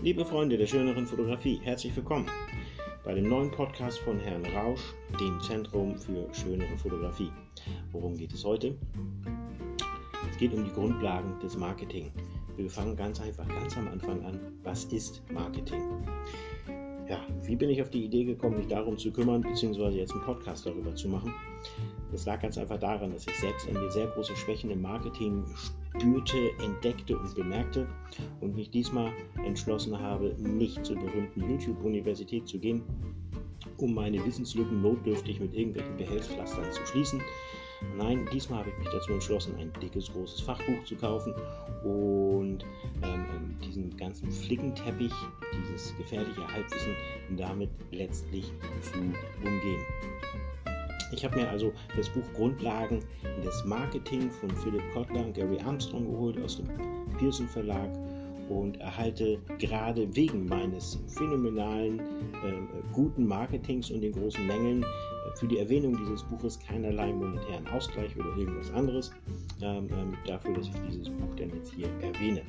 Liebe Freunde der schöneren Fotografie, herzlich willkommen bei dem neuen Podcast von Herrn Rausch, dem Zentrum für schönere Fotografie. Worum geht es heute? Es geht um die Grundlagen des Marketing. Wir fangen ganz einfach, ganz am Anfang an. Was ist Marketing? Ja, wie bin ich auf die Idee gekommen, mich darum zu kümmern, beziehungsweise jetzt einen Podcast darüber zu machen? Das lag ganz einfach daran, dass ich selbst eine sehr große Schwächen im Marketing spürte, entdeckte und bemerkte und mich diesmal entschlossen habe, nicht zur berühmten YouTube-Universität zu gehen, um meine Wissenslücken notdürftig mit irgendwelchen Behelfspflastern zu schließen. Nein, diesmal habe ich mich dazu entschlossen, ein dickes, großes Fachbuch zu kaufen und diesen ganzen Flickenteppich, dieses gefährliche Halbwissen damit letztlich zu umgehen. Ich habe mir also das Buch Grundlagen des Marketing von Philipp Kotler und Gary Armstrong geholt aus dem Pearson Verlag und erhalte gerade wegen meines phänomenalen, guten Marketings und den großen Mängeln für die Erwähnung dieses Buches keinerlei monetären Ausgleich oder irgendwas anderes, dafür, dass ich dieses Buch denn jetzt hier erwähne.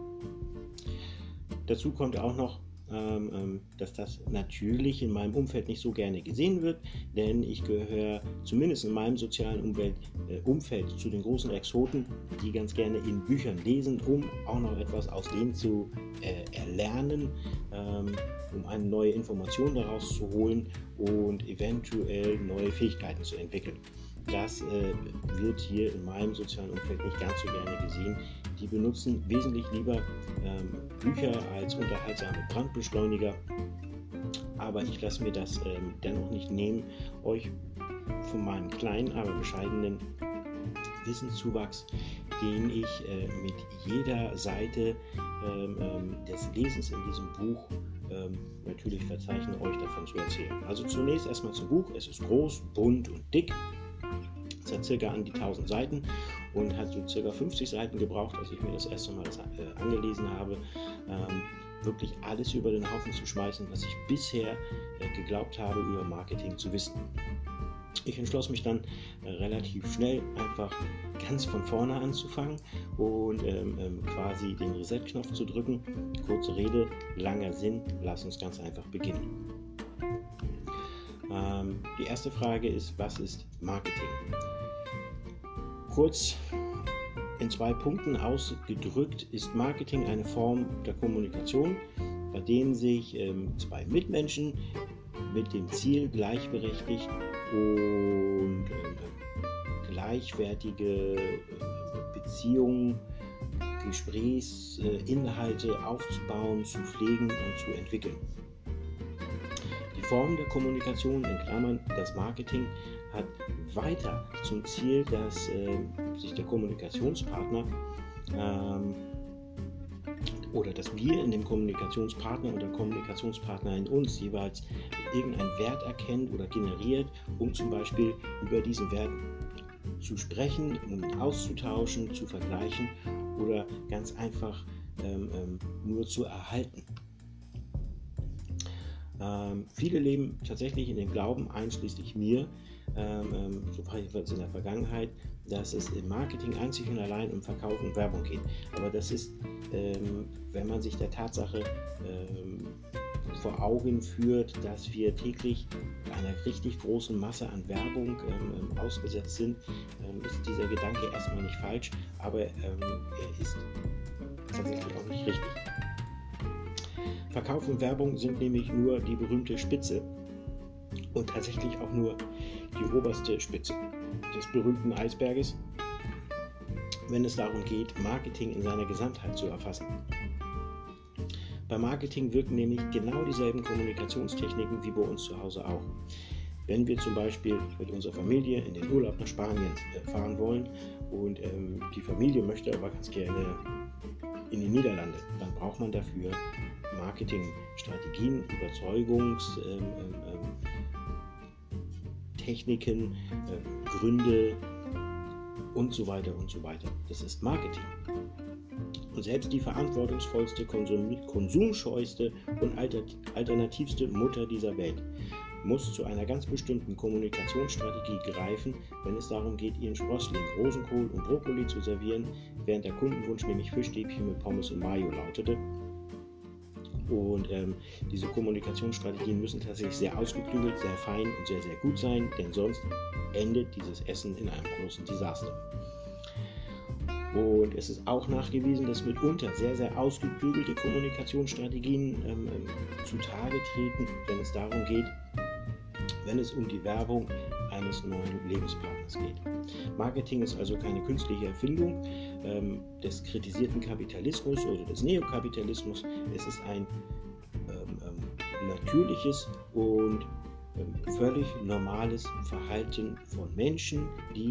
Dazu kommt auch noch, dass das natürlich in meinem Umfeld nicht so gerne gesehen wird, denn ich gehöre zumindest in meinem sozialen Umfeld zu den großen Exoten, die ganz gerne in Büchern lesen, um auch noch etwas aus denen zu erlernen, um eine neue Information daraus zu holen und eventuell neue Fähigkeiten zu entwickeln. Das wird hier in meinem sozialen Umfeld nicht ganz so gerne gesehen. Die benutzen wesentlich lieber Bücher als unterhaltsame Brandbeschleuniger. Aber ich lasse mir das dennoch nicht nehmen, euch von meinem kleinen, aber bescheidenen Wissenszuwachs, den ich mit jeder Seite des Lesens in diesem Buch natürlich verzeichne, euch davon zu erzählen. Also zunächst erstmal zum Buch. Es ist groß, bunt und dick. Es hat circa an die 1000 Seiten und hat so circa 50 Seiten gebraucht, als ich mir das erste Mal angelesen habe, wirklich alles über den Haufen zu schmeißen, was ich bisher geglaubt habe, über Marketing zu wissen. Ich entschloss mich dann relativ schnell einfach ganz von vorne anzufangen und quasi den Reset-Knopf zu drücken. Kurze Rede, langer Sinn, lass uns ganz einfach beginnen. Die erste Frage ist, was ist Marketing? Kurz in 2 Punkten ausgedrückt ist Marketing eine Form der Kommunikation, bei denen sich 2 Mitmenschen mit dem Ziel, gleichberechtigt und gleichwertige Beziehungen, Gesprächsinhalte aufzubauen, zu pflegen und zu entwickeln. Die Form der Kommunikation, in Klammern das Marketing, hat weiter zum Ziel, dass sich der Kommunikationspartner oder dass wir in dem Kommunikationspartner oder Kommunikationspartner in uns jeweils irgendeinen Wert erkennt oder generiert, um zum Beispiel über diesen Wert zu sprechen, um ihn auszutauschen, zu vergleichen oder ganz einfach nur zu erhalten. Viele leben tatsächlich in dem Glauben, einschließlich mir, so war es in der Vergangenheit, dass es im Marketing einzig und allein um Verkauf und Werbung geht. Aber das ist, wenn man sich der Tatsache vor Augen führt, dass wir täglich einer richtig großen Masse an Werbung ausgesetzt sind, ist dieser Gedanke erstmal nicht falsch, aber er ist tatsächlich auch nicht richtig. Verkauf und Werbung sind nämlich nur die berühmte Spitze und tatsächlich auch nur die oberste Spitze des berühmten Eisberges, wenn es darum geht, Marketing in seiner Gesamtheit zu erfassen. Beim Marketing wirken nämlich genau dieselben Kommunikationstechniken wie bei uns zu Hause auch. Wenn wir zum Beispiel mit unserer Familie in den Urlaub nach Spanien fahren wollen und die Familie möchte aber ganz gerne in die Niederlande, dann braucht man dafür Marketingstrategien, Überzeugungstechniken, Gründe und so weiter und so weiter. Das ist Marketing. Und selbst die verantwortungsvollste, konsumscheueste und alternativste Mutter dieser Welt muss zu einer ganz bestimmten Kommunikationsstrategie greifen, wenn es darum geht, ihren Sprössling Rosenkohl und Brokkoli zu servieren, während der Kundenwunsch nämlich Fischstäbchen mit Pommes und Mayo lautete. Und diese Kommunikationsstrategien müssen tatsächlich sehr ausgeklügelt, sehr fein und sehr, sehr gut sein, denn sonst endet dieses Essen in einem großen Desaster. Und es ist auch nachgewiesen, dass mitunter sehr, sehr ausgeklügelte Kommunikationsstrategien zutage treten, wenn es darum geht, wenn es um die Werbung eines neuen Lebenspartners geht. Marketing ist also keine künstliche Erfindung des kritisierten Kapitalismus oder des Neokapitalismus. Es ist ein natürliches und völlig normales Verhalten von Menschen, die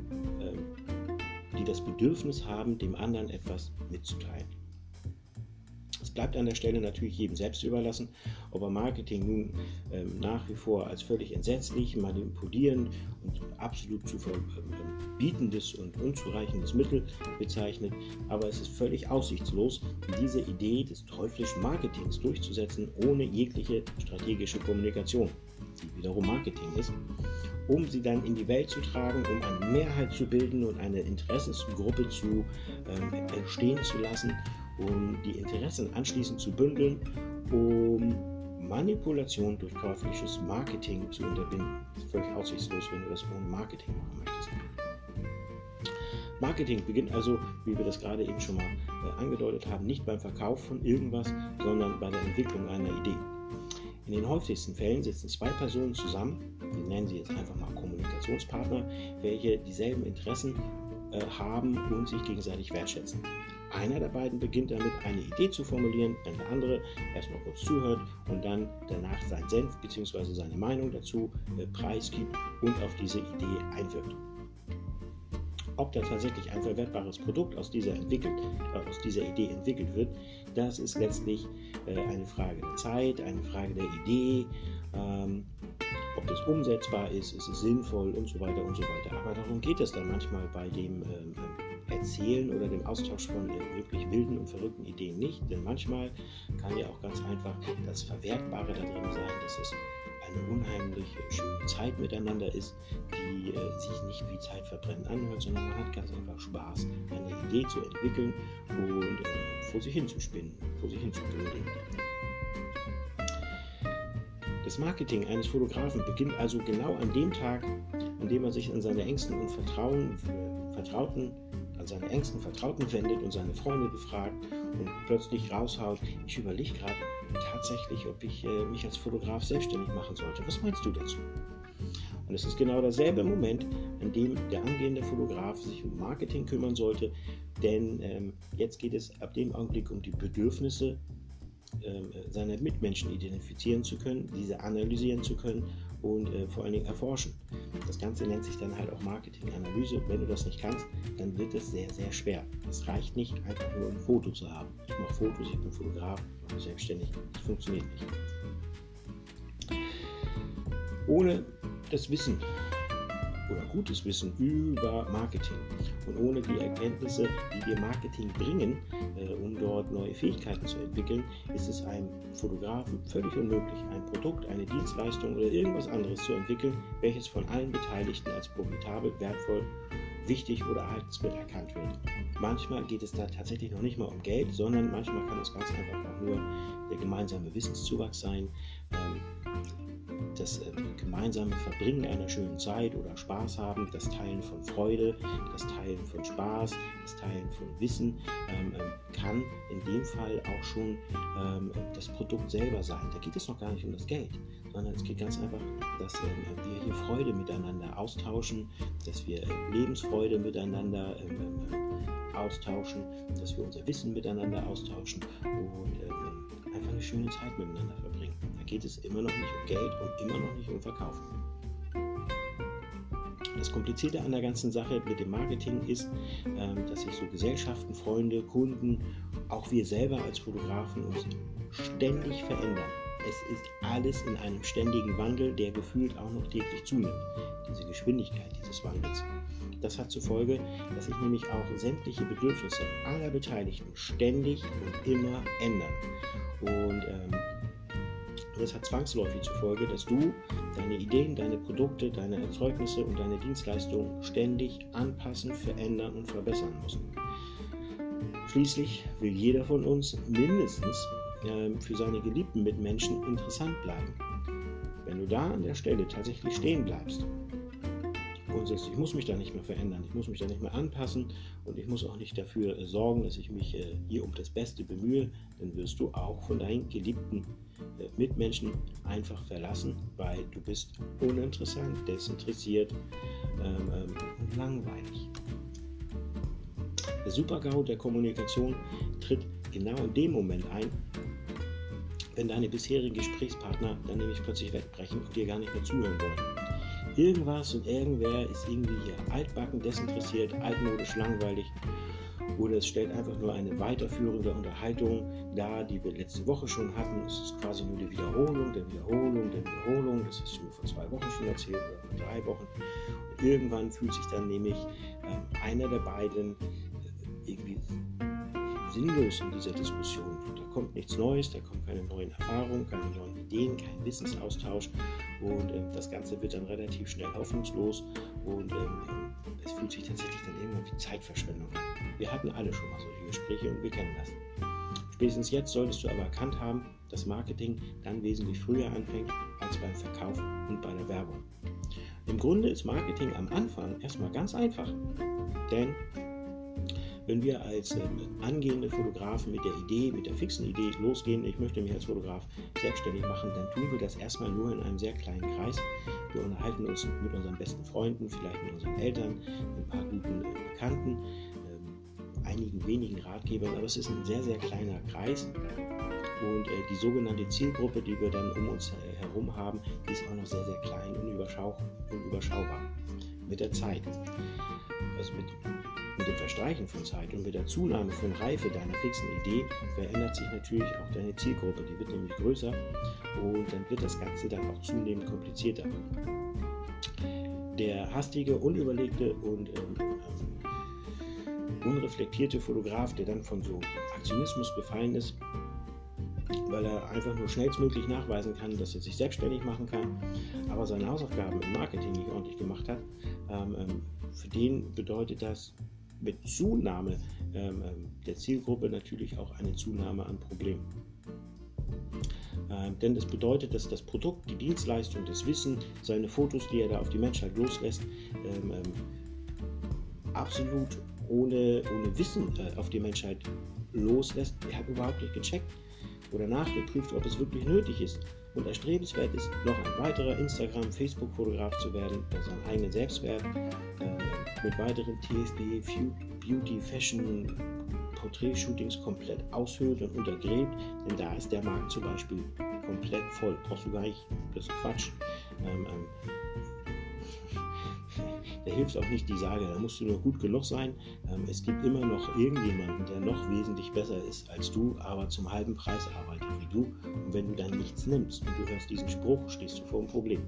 das Bedürfnis haben, dem anderen etwas mitzuteilen. Es bleibt an der Stelle natürlich jedem selbst überlassen, ob er Marketing nun nach wie vor als völlig entsetzlich, manipulierend und absolut zu verbietendes und unzureichendes Mittel bezeichnet, aber es ist völlig aussichtslos, diese Idee des teuflischen Marketings durchzusetzen, ohne jegliche strategische Kommunikation, die wiederum Marketing ist, um sie dann in die Welt zu tragen, um eine Mehrheit zu bilden und eine Interessensgruppe zu entstehen zu lassen, um die Interessen anschließend zu bündeln, um Manipulation durch käufliches Marketing zu unterbinden. Das ist völlig aussichtslos, wenn du das ohne Marketing machen möchtest. Marketing beginnt also, wie wir das gerade eben schon mal angedeutet haben, nicht beim Verkauf von irgendwas, sondern bei der Entwicklung einer Idee. In den häufigsten Fällen sitzen zwei Personen zusammen, wir nennen sie jetzt einfach mal Kommunikationspartner, welche dieselben Interessen haben und sich gegenseitig wertschätzen. Einer der beiden beginnt damit, eine Idee zu formulieren, wenn der andere erstmal kurz zuhört und dann danach seinen Senf bzw. seine Meinung dazu preisgibt und auf diese Idee einwirkt. Ob da tatsächlich ein verwertbares Produkt aus dieser Idee entwickelt wird, das ist letztlich eine Frage der Zeit, eine Frage der Idee, ob das umsetzbar ist es sinnvoll und so weiter und so weiter. Aber darum geht es dann manchmal bei dem Erzählen oder dem Austausch von wirklich wilden und verrückten Ideen nicht, denn manchmal kann ja auch ganz einfach das Verwertbare da drin sein, dass es eine unheimlich schöne Zeit miteinander ist, die sich nicht wie Zeitverbrennen anhört, sondern man hat ganz einfach Spaß, eine Idee zu entwickeln und vor sich hin zu spinnen, vor sich hin zu bündeln. Das Marketing eines Fotografen beginnt also genau an dem Tag, an dem er sich an seine engsten und Vertrauten wendet und seine Freunde befragt und plötzlich raushaut, ich überlege gerade tatsächlich, ob ich mich als Fotograf selbstständig machen sollte. Was meinst du dazu? Und es ist genau derselbe Moment, an dem der angehende Fotograf sich um Marketing kümmern sollte, denn jetzt geht es ab dem Augenblick um die Bedürfnisse seiner Mitmenschen identifizieren zu können, diese analysieren zu können und vor allen Dingen erforschen. Das Ganze nennt sich dann halt auch Marketinganalyse. Wenn du das nicht kannst, dann wird es sehr, sehr schwer. Es reicht nicht, einfach nur ein Foto zu haben. Ich mache Fotos, ich bin Fotograf, ich bin selbstständig. Das funktioniert nicht. Ohne das Wissen oder gutes Wissen über Marketing und ohne die Erkenntnisse, die dir Marketing bringen, um dort neue Fähigkeiten zu entwickeln, ist es einem Fotografen völlig unmöglich, ein Produkt, eine Dienstleistung oder irgendwas anderes zu entwickeln, welches von allen Beteiligten als profitabel, wertvoll, wichtig oder erhaltenswert erkannt wird. Manchmal geht es da tatsächlich noch nicht mal um Geld, sondern manchmal kann es ganz einfach auch nur der gemeinsame Wissenszuwachs sein, das gemeinsame Verbringen einer schönen Zeit oder Spaß haben, das Teilen von Freude, das Teilen von Spaß, das Teilen von Wissen kann in dem Fall auch schon das Produkt selber sein. Da geht es noch gar nicht um das Geld, sondern es geht ganz einfach, dass wir hier Freude miteinander austauschen, dass wir Lebensfreude miteinander austauschen, dass wir unser Wissen miteinander austauschen und einfach eine schöne Zeit miteinander verbringen. Da geht es immer noch nicht um Geld und immer noch nicht um Verkaufen. Das Komplizierte an der ganzen Sache mit dem Marketing ist, dass sich so Gesellschaften, Freunde, Kunden, auch wir selber als Fotografen uns ständig verändern. Es ist alles in einem ständigen Wandel, der gefühlt auch noch täglich zunimmt. Diese Geschwindigkeit dieses Wandels. Das hat zur Folge, dass sich nämlich auch sämtliche Bedürfnisse aller Beteiligten ständig und immer ändern. Und das hat zwangsläufig zur Folge, dass du deine Ideen, deine Produkte, deine Erzeugnisse und deine Dienstleistungen ständig anpassen, verändern und verbessern musst. Schließlich will jeder von uns mindestens für seine geliebten Mitmenschen interessant bleiben. Wenn du da an der Stelle tatsächlich stehen bleibst und sagst, ich muss mich da nicht mehr verändern, ich muss mich da nicht mehr anpassen und ich muss auch nicht dafür sorgen, dass ich mich hier um das Beste bemühe, dann wirst du auch von deinen geliebten Mitmenschen einfach verlassen, weil du bist uninteressant, desinteressiert und langweilig. Der Super-GAU der Kommunikation tritt genau in dem Moment ein, wenn deine bisherigen Gesprächspartner dann nämlich plötzlich wegbrechen und dir gar nicht mehr zuhören wollen. Irgendwas und irgendwer ist irgendwie hier altbacken, desinteressiert, altmodisch, langweilig, oder es stellt einfach nur eine Weiterführung der Unterhaltung dar, die wir letzte Woche schon hatten. Es ist quasi nur die Wiederholung der Wiederholung der Wiederholung. Das hast du mir vor 2 Wochen schon erzählt oder vor 3 Wochen. Und irgendwann fühlt sich dann nämlich einer der beiden irgendwie sinnlos in dieser Diskussion. Da kommt nichts Neues, da kommen keine neuen Erfahrungen, keine neuen Ideen, kein Wissensaustausch und das Ganze wird dann relativ schnell hoffnungslos und es fühlt sich tatsächlich dann irgendwann wie Zeitverschwendung an. Wir hatten alle schon mal solche Gespräche und wir kennen das. Spätestens jetzt solltest du aber erkannt haben, dass Marketing dann wesentlich früher anfängt als beim Verkauf und bei der Werbung. Im Grunde ist Marketing am Anfang erstmal ganz einfach, denn wenn wir als angehende Fotografen mit der Idee, mit der fixen Idee losgehen, ich möchte mich als Fotograf selbstständig machen, dann tun wir das erstmal nur in einem sehr kleinen Kreis. Wir unterhalten uns mit unseren besten Freunden, vielleicht mit unseren Eltern, ein paar guten Bekannten, einigen wenigen Ratgebern, aber es ist ein sehr, sehr kleiner Kreis. Und die sogenannte Zielgruppe, die wir dann um uns herum haben, die ist auch noch sehr, sehr klein und überschaubar. Mit der Zeit, also mit dem Verstreichen von Zeit und mit der Zunahme von Reife deiner fixen Idee verändert sich natürlich auch deine Zielgruppe. Die wird nämlich größer und dann wird das Ganze dann auch zunehmend komplizierter. Der hastige, unüberlegte und unreflektierte Fotograf, der dann von so Aktionismus befallen ist, weil er einfach nur schnellstmöglich nachweisen kann, dass er sich selbstständig machen kann, aber seine Hausaufgaben im Marketing nicht ordentlich gemacht hat, für den bedeutet das mit Zunahme der Zielgruppe natürlich auch eine Zunahme an Problemen. Denn das bedeutet, dass das Produkt, die Dienstleistung, das Wissen, seine Fotos, die er da auf die Menschheit loslässt, absolut ohne Wissen auf die Menschheit loslässt. Er hat überhaupt nicht gecheckt oder nachgeprüft, ob es wirklich nötig ist. Und erstrebenswert ist, noch ein weiterer Instagram-, Facebook-Fotograf zu werden, der seinen eigenen Selbstwert mit weiteren TFB, Beauty, Fashion, Porträtshootings komplett aushöhlt und untergräbt, denn da ist der Markt zum Beispiel komplett voll. Brauchst du gar nicht, das ist Quatsch. Da hilft auch nicht die Sage, da musst du nur gut genug sein. Es gibt immer noch irgendjemanden, der noch wesentlich besser ist als du, aber zum halben Preis arbeitet wie du. Und wenn du dann nichts nimmst und du hörst diesen Spruch, stehst du vor einem Problem.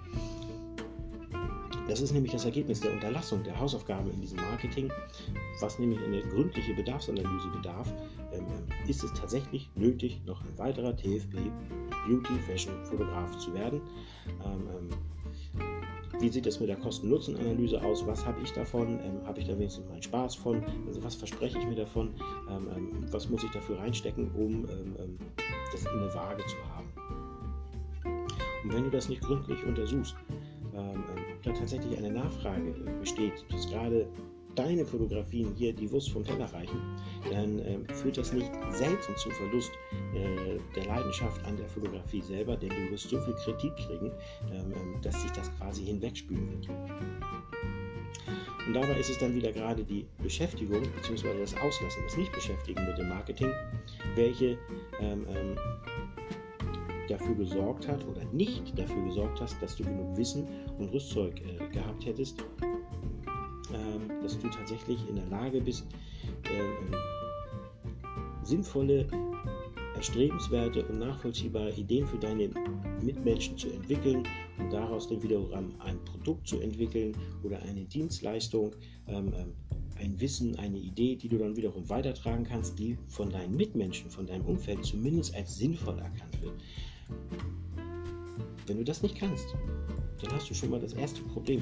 Das ist nämlich das Ergebnis der Unterlassung der Hausaufgaben in diesem Marketing, was nämlich eine gründliche Bedarfsanalyse bedarf. Ist es tatsächlich nötig, noch ein weiterer TFB Beauty Fashion Fotograf zu werden? Wie sieht es mit der Kosten-Nutzen-Analyse aus? Was habe ich davon? Habe ich da wenigstens meinen Spaß von? Also was verspreche ich mir davon? Was muss ich dafür reinstecken, um das in der Waage zu haben? Und wenn du das nicht gründlich untersuchst, da tatsächlich eine Nachfrage besteht, dass gerade deine Fotografien hier die Wurst vom Teller reichen, dann führt das nicht selten zum Verlust der Leidenschaft an der Fotografie selber, denn du wirst so viel Kritik kriegen, dass sich das quasi hinwegspülen wird. Und dabei ist es dann wieder gerade die Beschäftigung bzw. das Auslassen, das Nichtbeschäftigen mit dem Marketing, welche dafür gesorgt hat oder nicht dafür gesorgt hast, dass du genug Wissen und Rüstzeug gehabt hättest, dass du tatsächlich in der Lage bist, sinnvolle, erstrebenswerte und nachvollziehbare Ideen für deine Mitmenschen zu entwickeln und daraus dann wiederum ein Produkt zu entwickeln oder eine Dienstleistung, ein Wissen, eine Idee, die du dann wiederum weitertragen kannst, die von deinen Mitmenschen, von deinem Umfeld zumindest als sinnvoll erkannt wird. Wenn du das nicht kannst, dann hast du schon mal das erste Problem.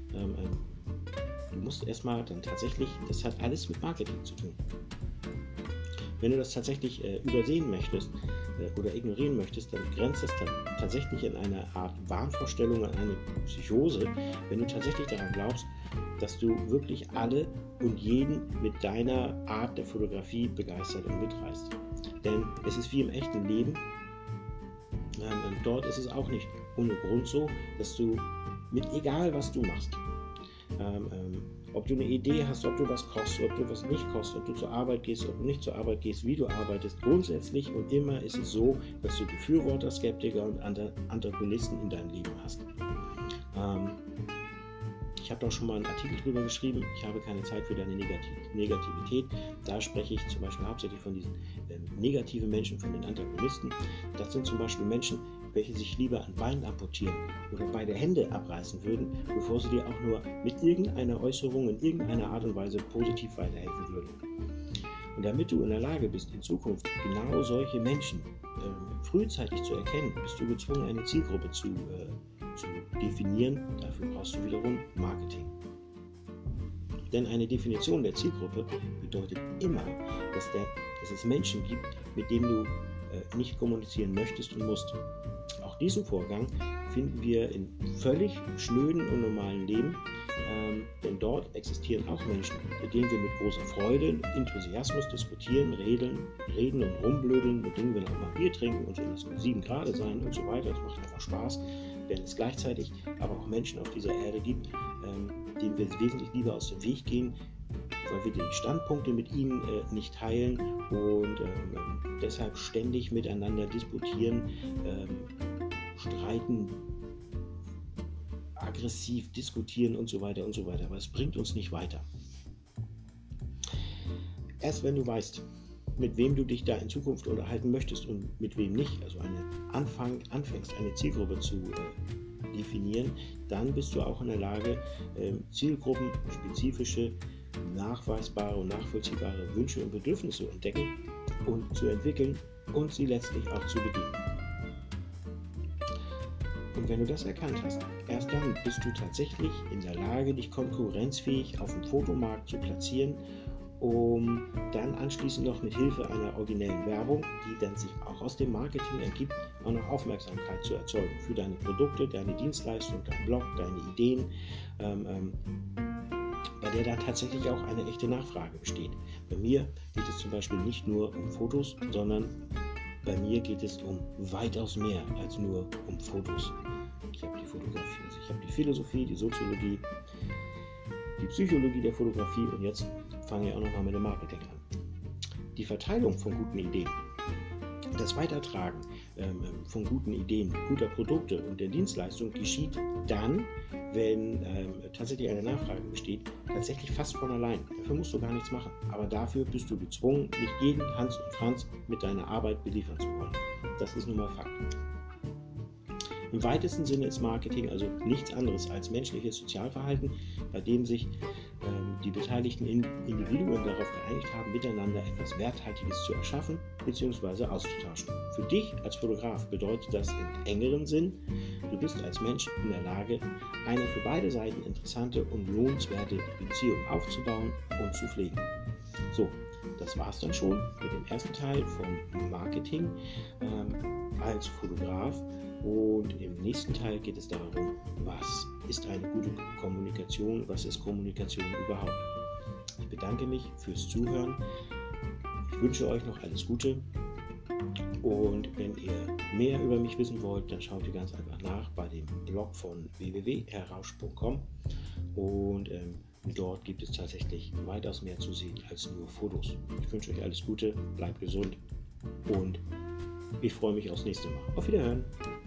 Du musst erstmal dann tatsächlich, das hat alles mit Marketing zu tun. Wenn du das tatsächlich übersehen möchtest, oder ignorieren möchtest, dann grenzt das tatsächlich an eine Art Wahnvorstellung, an eine Psychose, wenn du tatsächlich daran glaubst, dass du wirklich alle und jeden mit deiner Art der Fotografie begeistert und mitreißt. Denn es ist wie im echten Leben, und dort ist es auch nicht ohne Grund so, dass du mit egal was du machst, ob du eine Idee hast, ob du was kostest, ob du was nicht kostest, ob du zur Arbeit gehst, ob du nicht zur Arbeit gehst, wie du arbeitest, grundsätzlich und immer ist es so, dass du Befürworter, Skeptiker und Antagonisten in deinem Leben hast. Ich habe da schon mal einen Artikel drüber geschrieben, ich habe keine Zeit für deine Negativität. Da spreche ich zum Beispiel hauptsächlich von diesen negativen Menschen, von den Antagonisten. Das sind zum Beispiel Menschen, welche sich lieber ein Bein amputieren oder beide Hände abreißen würden, bevor sie dir auch nur mit irgendeiner Äußerung in irgendeiner Art und Weise positiv weiterhelfen würden. Und damit du in der Lage bist, in Zukunft genau solche Menschen frühzeitig zu erkennen, bist du gezwungen, eine Zielgruppe zu definieren. Dafür brauchst du wiederum Marketing. Denn eine Definition der Zielgruppe bedeutet immer, dass es Menschen gibt, mit denen du nicht kommunizieren möchtest und musst. Auch diesen Vorgang finden wir in völlig schnöden und normalen Leben, denn dort existieren auch Menschen, mit denen wir mit großer Freude und Enthusiasmus diskutieren, reden und rumblödeln, mit denen wir auch mal Bier trinken und so lassen wir 7 Grad sein und so weiter. Das macht einfach Spaß, während es gleichzeitig aber auch Menschen auf dieser Erde gibt, denen wir wesentlich lieber aus dem Weg gehen, weil wir die Standpunkte mit ihnen nicht teilen und deshalb ständig miteinander disputieren, streiten, aggressiv diskutieren und so weiter und so weiter. Aber es bringt uns nicht weiter. Erst wenn du weißt, mit wem du dich da in Zukunft unterhalten möchtest und mit wem nicht, also anfängst, eine Zielgruppe zu definieren, dann bist du auch in der Lage, zielgruppenspezifische, nachweisbare und nachvollziehbare Wünsche und Bedürfnisse zu entdecken und zu entwickeln und sie letztlich auch zu bedienen. Und wenn du das erkannt hast, erst dann bist du tatsächlich in der Lage, dich konkurrenzfähig auf dem Fotomarkt zu platzieren, um dann anschließend noch mit Hilfe einer originellen Werbung, die dann sich auch aus dem Marketing ergibt, auch noch Aufmerksamkeit zu erzeugen für deine Produkte, deine Dienstleistung, dein Blog, deine Ideen, bei der da tatsächlich auch eine echte Nachfrage besteht. Bei mir geht es zum Beispiel nicht nur um Fotos, sondern bei mir geht es um weitaus mehr als nur um Fotos. Ich habe die Fotografie, also ich habe die Philosophie, die Soziologie, die Psychologie der Fotografie und jetzt fange ich auch nochmal mit dem Marketing an. Die Verteilung von guten Ideen, das Weitertragen von guten Ideen, guter Produkte und der Dienstleistung geschieht dann, wenn tatsächlich eine Nachfrage besteht, tatsächlich fast von allein. Dafür musst du gar nichts machen, aber dafür bist du gezwungen, nicht jeden Hans und Franz mit deiner Arbeit beliefern zu wollen. Das ist nun mal Fakt. Im weitesten Sinne ist Marketing also nichts anderes als menschliches Sozialverhalten, bei dem sich die beteiligten Individuen darauf geeinigt haben, miteinander etwas Werthaltiges zu erschaffen bzw. auszutauschen. Für dich als Fotograf bedeutet das im engeren Sinn, du bist als Mensch in der Lage, eine für beide Seiten interessante und lohnenswerte Beziehung aufzubauen und zu pflegen. So, das war es dann schon mit dem ersten Teil vom Marketing als Fotograf. Und im nächsten Teil geht es darum, was ist eine gute Kommunikation, was ist Kommunikation überhaupt. Ich bedanke mich fürs Zuhören. Ich wünsche euch noch alles Gute. Und wenn ihr mehr über mich wissen wollt, dann schaut ihr ganz einfach nach bei dem Blog von www.herrausch.com. Und dort gibt es tatsächlich weitaus mehr zu sehen als nur Fotos. Ich wünsche euch alles Gute, bleibt gesund und ich freue mich aufs nächste Mal. Auf Wiederhören!